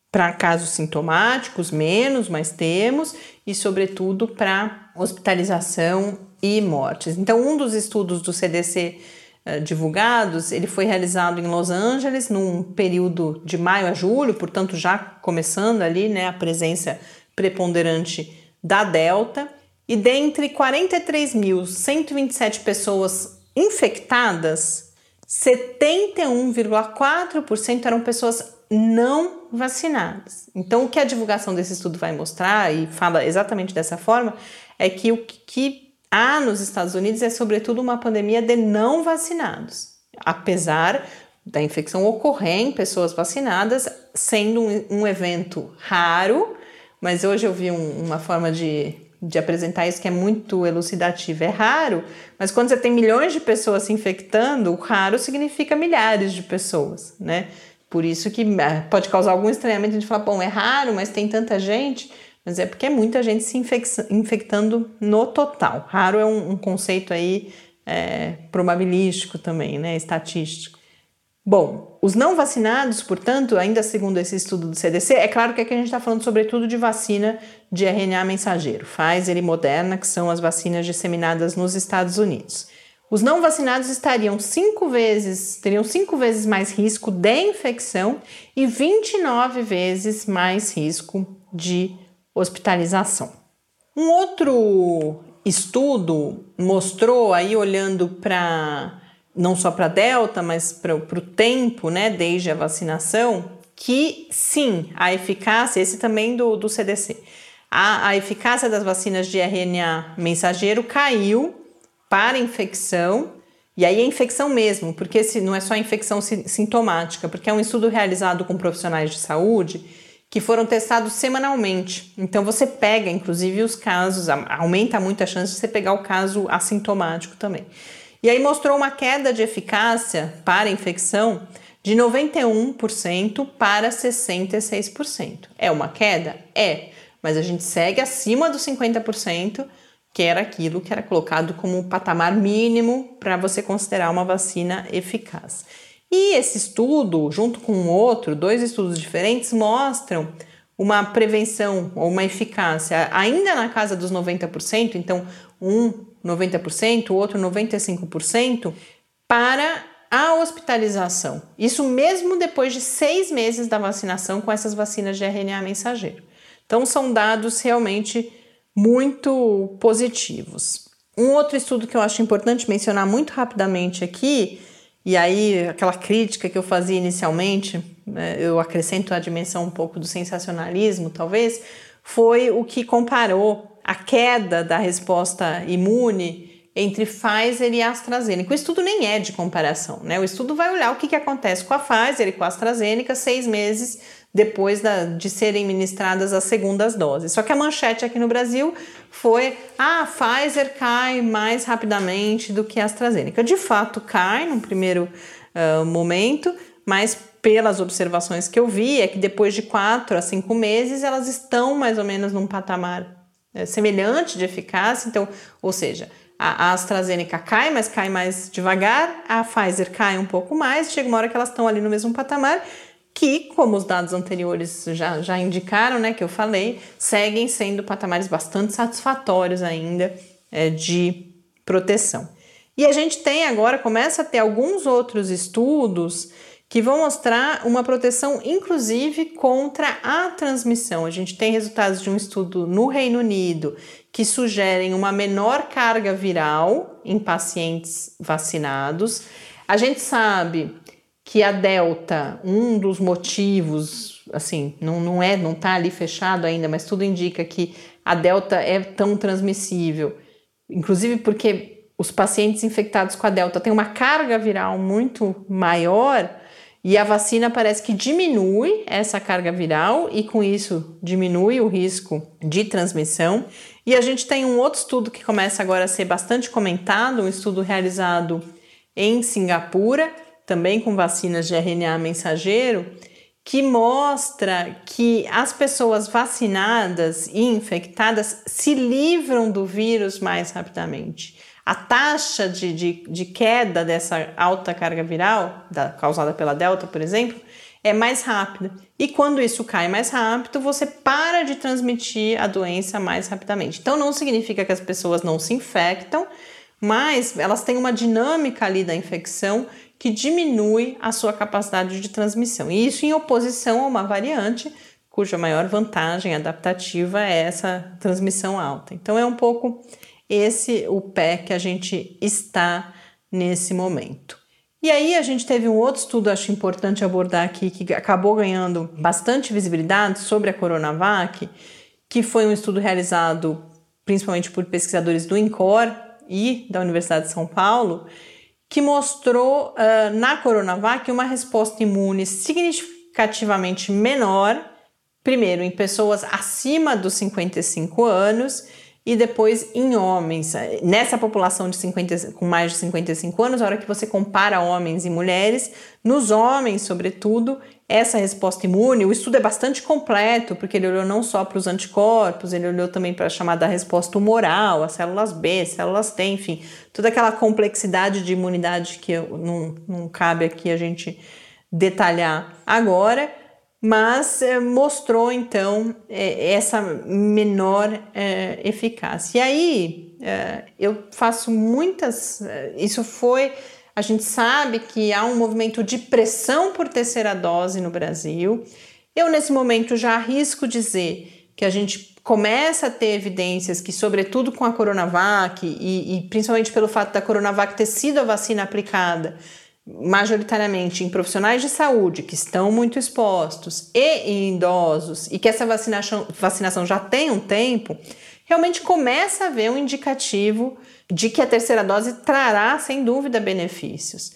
para casos sintomáticos, menos, mas temos, e sobretudo para hospitalização e mortes. Então, um dos estudos do C D C uh, divulgados, ele foi realizado em Los Angeles, num período de maio a julho, portanto já começando ali, né, a presença preponderante da Delta, e dentre quarenta e três mil cento e vinte e sete pessoas infectadas, setenta e um vírgula quatro por cento eram pessoas não vacinadas. Então, o que a divulgação desse estudo vai mostrar, e fala exatamente dessa forma, é que o que há nos Estados Unidos é, sobretudo, uma pandemia de não vacinados. Apesar da infecção ocorrer em pessoas vacinadas, sendo um, um evento raro, mas hoje eu vi um, uma forma de, de apresentar isso que é muito elucidativa. É raro, mas quando você tem milhões de pessoas se infectando, o raro significa milhares de pessoas, né? Por isso que pode causar algum estranhamento, a gente fala, bom, é raro, mas tem tanta gente, mas é porque é muita gente se infectando no total. Raro é um, um conceito aí é, probabilístico também, né, estatístico. Bom, os não vacinados, portanto, ainda segundo esse estudo do C D C, é claro que aqui a gente está falando sobretudo de vacina de R N A mensageiro, Pfizer e Moderna, que são as vacinas disseminadas nos Estados Unidos. Os não vacinados estariam cinco vezes, teriam cinco vezes mais risco de infecção e vinte e nove vezes mais risco de hospitalização. Um outro estudo mostrou, aí olhando para não só para a Delta, mas para o tempo, né, desde a vacinação, que sim, a eficácia, esse também do, do C D C, a, a eficácia das vacinas de R N A mensageiro caiu para infecção, e aí é infecção mesmo, porque esse não é só infecção sintomática, porque é um estudo realizado com profissionais de saúde que foram testados semanalmente. Então você pega, inclusive, os casos, aumenta muito a chance de você pegar o caso assintomático também. E aí mostrou uma queda de eficácia para infecção de noventa e um por cento para sessenta e seis por cento. É uma queda? É, mas a gente segue acima dos cinquenta por cento, que era aquilo que era colocado como um patamar mínimo para você considerar uma vacina eficaz. E esse estudo, junto com outro, dois estudos diferentes, mostram uma prevenção ou uma eficácia ainda na casa dos noventa por cento, então um noventa por cento, o outro noventa e cinco por cento, para a hospitalização. Isso mesmo depois de seis meses da vacinação com essas vacinas de R N A mensageiro. Então são dados realmente muito positivos. Um outro estudo que eu acho importante mencionar muito rapidamente aqui, e aí aquela crítica que eu fazia inicialmente, né, eu acrescento a dimensão um pouco do sensacionalismo, talvez, foi o que comparou a queda da resposta imune entre Pfizer e AstraZeneca. O estudo nem é de comparação, né? O estudo vai olhar o que, que acontece com a Pfizer e com a AstraZeneca seis meses depois da, de serem ministradas as segundas doses. Só que a manchete aqui no Brasil foi: ah, a Pfizer cai mais rapidamente do que a AstraZeneca. De fato cai num primeiro uh, momento, mas pelas observações que eu vi, é que depois de quatro a cinco meses elas estão mais ou menos num patamar é, semelhante de eficácia. Então, ou seja, a, a AstraZeneca cai, mas cai mais devagar, a Pfizer cai um pouco mais, chega uma hora que elas estão ali no mesmo patamar, que, como os dados anteriores já, já indicaram, né, que eu falei, seguem sendo patamares bastante satisfatórios ainda é, de proteção. E a gente tem agora, começa a ter alguns outros estudos que vão mostrar uma proteção, inclusive, contra a transmissão. A gente tem resultados de um estudo no Reino Unido que sugerem uma menor carga viral em pacientes vacinados. A gente sabe que a Delta, um dos motivos, assim, não, não é, não está ali fechado ainda, mas tudo indica que a Delta é tão transmissível, inclusive porque os pacientes infectados com a Delta têm uma carga viral muito maior e a vacina parece que diminui essa carga viral e com isso diminui o risco de transmissão. E a gente tem um outro estudo que começa agora a ser bastante comentado, um estudo realizado em Singapura, também com vacinas de R N A mensageiro, que mostra que as pessoas vacinadas e infectadas se livram do vírus mais rapidamente. A taxa de, de, de queda dessa alta carga viral, da, causada pela Delta, por exemplo, é mais rápida. E quando isso cai mais rápido, você para de transmitir a doença mais rapidamente. Então não significa que as pessoas não se infectam, mas elas têm uma dinâmica ali da infecção que diminui a sua capacidade de transmissão. E isso em oposição a uma variante cuja maior vantagem adaptativa é essa transmissão alta. Então é um pouco esse o pé que a gente está nesse momento. E aí a gente teve um outro estudo, acho importante abordar aqui, que acabou ganhando bastante visibilidade sobre a Coronavac, que foi um estudo realizado principalmente por pesquisadores do INCOR e da Universidade de São Paulo, que mostrou uh, na Coronavac uma resposta imune significativamente menor, primeiro em pessoas acima dos cinquenta e cinco anos e depois em homens. Nessa população de cinquenta, com mais de cinquenta e cinco anos, a hora que você compara homens e mulheres, nos homens, sobretudo, essa resposta imune, o estudo é bastante completo, porque ele olhou não só para os anticorpos, ele olhou também para a chamada resposta humoral, as células B, células T, enfim, toda aquela complexidade de imunidade que eu, não, não cabe aqui a gente detalhar agora, mas é, mostrou então é, essa menor é, eficácia. E aí é, eu faço muitas, é, isso foi, a gente sabe que há um movimento de pressão por terceira dose no Brasil. Eu nesse momento já arrisco dizer que a gente começa a ter evidências que, sobretudo com a Coronavac e, e principalmente pelo fato da Coronavac ter sido a vacina aplicada majoritariamente em profissionais de saúde que estão muito expostos e em idosos, e que essa vacinação, vacinação já tem um tempo, realmente começa a haver um indicativo de que a terceira dose trará, sem dúvida, benefícios.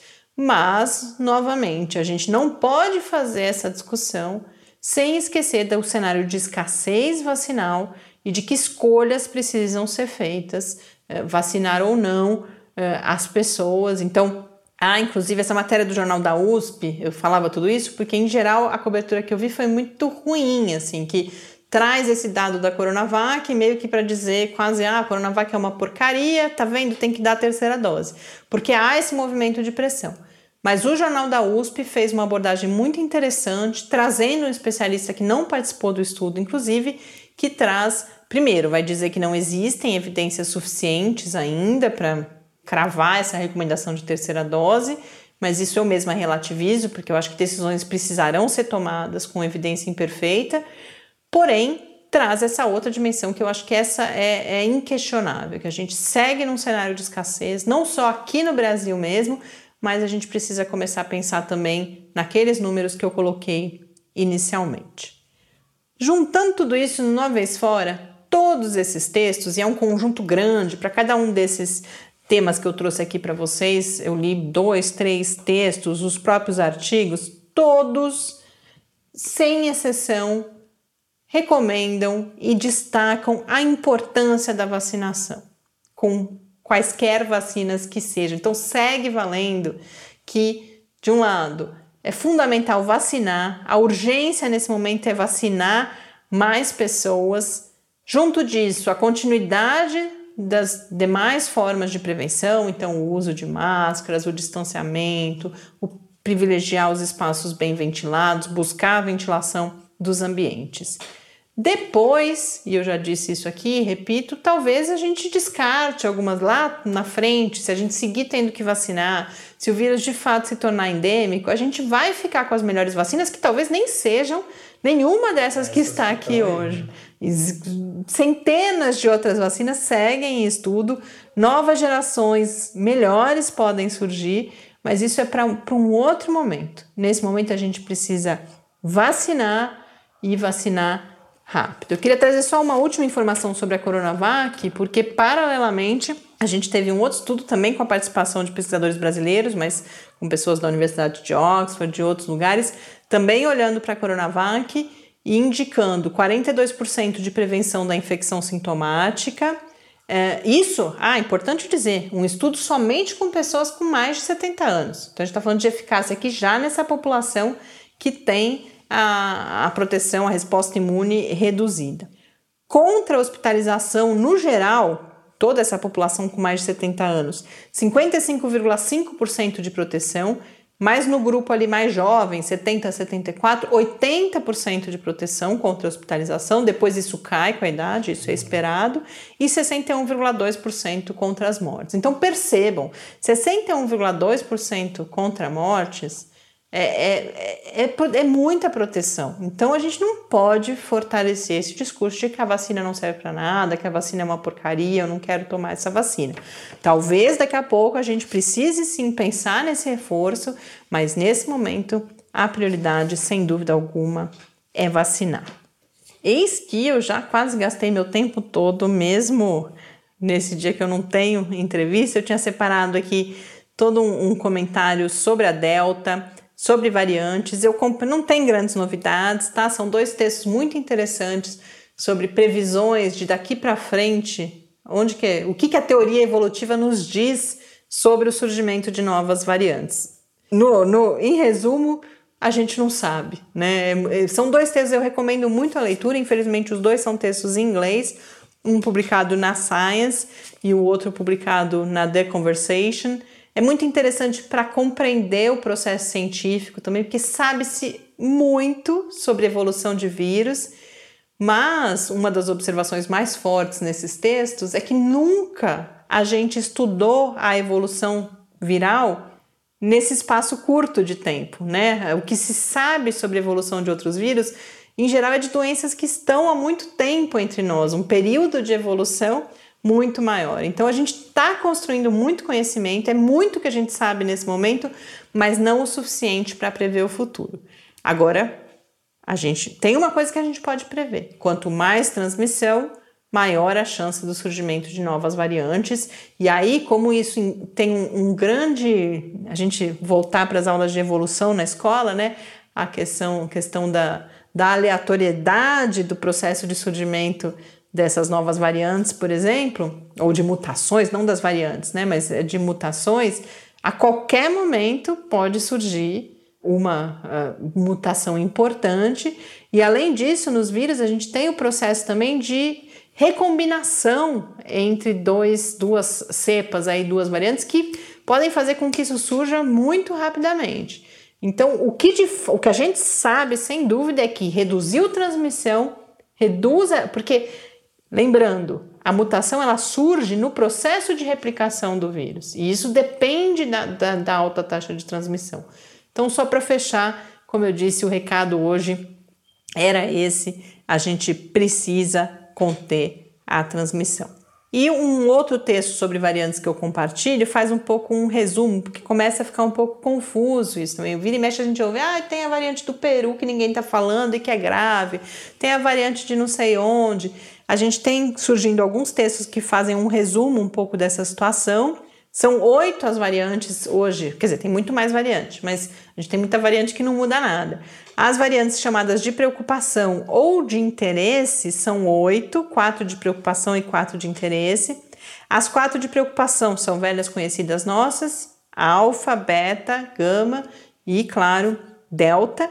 Mas, novamente, a gente não pode fazer essa discussão sem esquecer do cenário de escassez vacinal e de que escolhas precisam ser feitas, vacinar ou não as pessoas. Então, Ah, inclusive essa matéria do jornal da U S P, eu falava tudo isso porque em geral a cobertura que eu vi foi muito ruim, assim, que traz esse dado da Coronavac meio que para dizer quase, ah, a Coronavac é uma porcaria, tá vendo, tem que dar a terceira dose, porque há esse movimento de pressão. Mas o jornal da U S P fez uma abordagem muito interessante, trazendo um especialista que não participou do estudo, inclusive, que traz, primeiro, vai dizer que não existem evidências suficientes ainda para cravar essa recomendação de terceira dose, mas isso eu mesma relativizo, porque eu acho que decisões precisarão ser tomadas com evidência imperfeita, porém, traz essa outra dimensão que eu acho que essa é, é inquestionável, que a gente segue num cenário de escassez, não só aqui no Brasil mesmo, mas a gente precisa começar a pensar também naqueles números que eu coloquei inicialmente. Juntando tudo isso numa vez fora, todos esses textos, e é um conjunto grande para cada um desses temas que eu trouxe aqui para vocês, eu li dois, três textos, os próprios artigos, todos, sem exceção, recomendam e destacam a importância da vacinação, com quaisquer vacinas que sejam. Então segue valendo que, de um lado, é fundamental vacinar, a urgência nesse momento é vacinar mais pessoas, junto disso, a continuidade das demais formas de prevenção, então o uso de máscaras, o distanciamento, o privilegiar os espaços bem ventilados, buscar a ventilação dos ambientes. Depois, e eu já disse isso aqui, repito, talvez a gente descarte algumas lá na frente, se a gente seguir tendo que vacinar, se o vírus de fato se tornar endêmico, a gente vai ficar com as melhores vacinas, que talvez nem sejam nenhuma dessas que está aqui hoje. Centenas de outras vacinas seguem em estudo, novas gerações melhores podem surgir, mas isso é para um outro momento. Nesse momento a gente precisa vacinar e vacinar rápido. Eu queria trazer só uma última informação sobre a Coronavac, porque paralelamente a gente teve um outro estudo também com a participação de pesquisadores brasileiros, mas com pessoas da Universidade de Oxford, de outros lugares, também olhando para a Coronavac e indicando quarenta e dois por cento de prevenção da infecção sintomática. É, isso, ah, importante dizer, um estudo somente com pessoas com mais de setenta anos. Então a gente está falando de eficácia aqui já nessa população que tem a, a proteção, a resposta imune reduzida. Contra a hospitalização no geral, toda essa população com mais de setenta anos, cinquenta e cinco vírgula cinco por cento de proteção, mas no grupo ali mais jovem, setenta a setenta e quatro, oitenta por cento de proteção contra a hospitalização, depois isso cai com a idade, isso é esperado, e sessenta e um vírgula dois por cento contra as mortes. Então percebam, sessenta e um vírgula dois por cento contra mortes é, é, é, é muita proteção. Então a gente não pode fortalecer esse discurso de que a vacina não serve para nada, que a vacina é uma porcaria, eu não quero tomar essa vacina. Talvez daqui a pouco a gente precise sim pensar nesse reforço, mas nesse momento a prioridade, sem dúvida alguma, é vacinar. Eis que eu já quase gastei meu tempo todo, mesmo nesse dia que eu não tenho entrevista, eu tinha separado aqui todo um, um comentário sobre a Delta, sobre variantes. Eu comp... não tem grandes novidades, tá? São dois textos muito interessantes sobre previsões de daqui para frente, onde que é, o que, que a teoria evolutiva nos diz sobre o surgimento de novas variantes. No, no, em resumo, a gente não sabe, né? São dois textos, eu recomendo muito a leitura, infelizmente os dois são textos em inglês, um publicado na Science e o outro publicado na The Conversation. É muito interessante para compreender o processo científico também, porque sabe-se muito sobre a evolução de vírus, mas uma das observações mais fortes nesses textos é que nunca a gente estudou a evolução viral nesse espaço curto de tempo, né? O que se sabe sobre a evolução de outros vírus, em geral, é de doenças que estão há muito tempo entre nós, um período de evolução muito maior. Então a gente está construindo muito conhecimento, é muito que a gente sabe nesse momento, mas não o suficiente para prever o futuro. Agora, a gente tem uma coisa que a gente pode prever. Quanto mais transmissão, maior a chance do surgimento de novas variantes. E aí, como isso tem um, um grande... A gente voltar para as aulas de evolução na escola, né? A questão, questão da, da aleatoriedade do processo de surgimento dessas novas variantes, por exemplo, ou de mutações, não das variantes, né, mas de mutações, a qualquer momento pode surgir uma uh, mutação importante. E além disso, nos vírus, a gente tem o processo também de recombinação entre dois, duas cepas, aí, duas variantes, que podem fazer com que isso surja muito rapidamente. Então, o que, de, o que a gente sabe, sem dúvida, é que reduziu a transmissão, reduz a, porque... Lembrando, a mutação ela surge no processo de replicação do vírus e isso depende da, da, da alta taxa de transmissão. Então, só para fechar, como eu disse, o recado hoje era esse, a gente precisa conter a transmissão. E um outro texto sobre variantes que eu compartilho faz um pouco um resumo, porque começa a ficar um pouco confuso isso também. Vira e mexe a gente ouve, ah, tem a variante do Peru que ninguém está falando e que é grave, tem a variante de não sei onde. A gente tem surgindo alguns textos que fazem um resumo um pouco dessa situação. São oito as variantes hoje, quer dizer, tem muito mais variante, mas a gente tem muita variante que não muda nada. As variantes chamadas de preocupação ou de interesse são oito, quatro de preocupação e quatro de interesse. As quatro de preocupação são velhas conhecidas nossas, alfa, beta, gama e, claro, delta.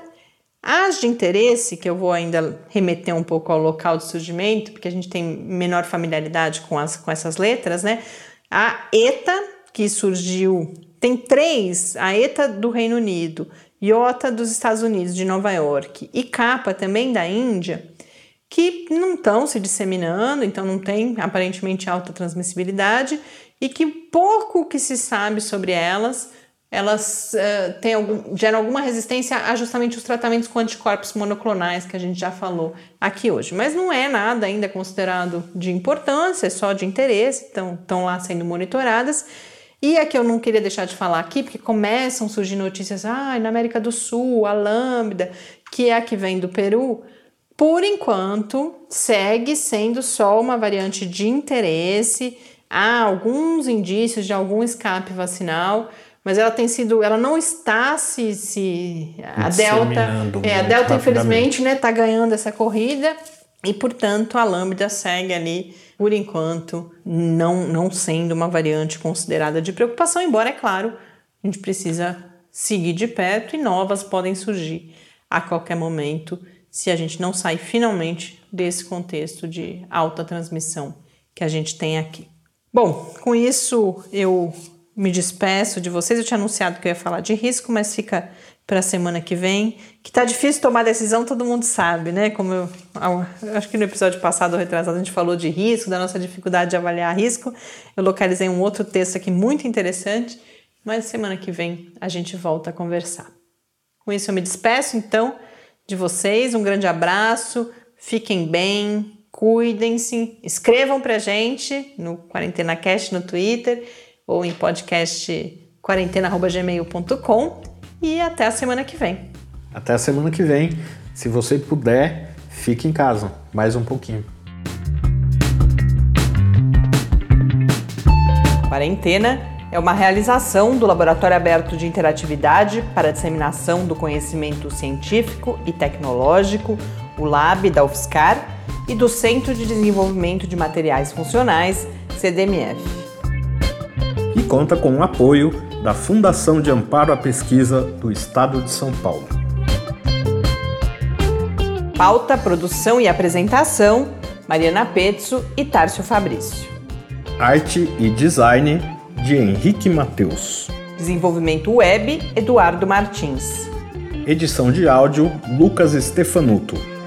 As de interesse, que eu vou ainda remeter um pouco ao local de surgimento, porque a gente tem menor familiaridade com, as, com essas letras, né? A ETA, que surgiu, tem três, a ETA do Reino Unido, IOTA dos Estados Unidos, de Nova York, e Kappa também da Índia, que não estão se disseminando, então não tem aparentemente alta transmissibilidade, e que pouco que se sabe sobre elas, elas uh, têm algum, geram alguma resistência a justamente os tratamentos com anticorpos monoclonais que a gente já falou aqui hoje. Mas não é nada ainda considerado de importância, é só de interesse, então estão lá sendo monitoradas. E a que eu não queria deixar de falar aqui, porque começam a surgir notícias, ah, na América do Sul, a Lambda, que é a que vem do Peru, por enquanto segue sendo só uma variante de interesse, há alguns indícios de algum escape vacinal, mas ela tem sido, ela não está se, se a Delta, é, a Delta infelizmente, né, tá ganhando essa corrida e portanto a Lambda segue ali por enquanto não não sendo uma variante considerada de preocupação, embora é claro a gente precisa seguir de perto e novas podem surgir a qualquer momento se a gente não sair finalmente desse contexto de alta transmissão que a gente tem aqui. Bom, com isso eu me despeço de vocês. Eu tinha anunciado que eu ia falar de risco, mas fica para a semana que vem. Que tá difícil tomar decisão, todo mundo sabe, né? Como eu, eu acho que no episódio passado ou retrasado a gente falou de risco, da nossa dificuldade de avaliar risco. Eu localizei um outro texto aqui muito interessante, mas semana que vem a gente volta a conversar. Com isso eu me despeço, então, de vocês. Um grande abraço, fiquem bem, cuidem-se, escrevam pra gente no QuarentenaCast no Twitter ou em podcast quarentena arroba gmail ponto com e até a semana que vem. Até a semana que vem. Se você puder, fique em casa mais um pouquinho. Quarentena é uma realização do Laboratório Aberto de Interatividade para a Disseminação do Conhecimento Científico e Tecnológico, o Lab da UFSCar, e do Centro de Desenvolvimento de Materiais Funcionais, C D M F. E conta com o apoio da Fundação de Amparo à Pesquisa do Estado de São Paulo. Pauta, produção e apresentação, Mariana Pezzo e Tárcio Fabrício. Arte e design de Henrique Mateus. Desenvolvimento web, Eduardo Martins. Edição de áudio, Lucas Stefanuto.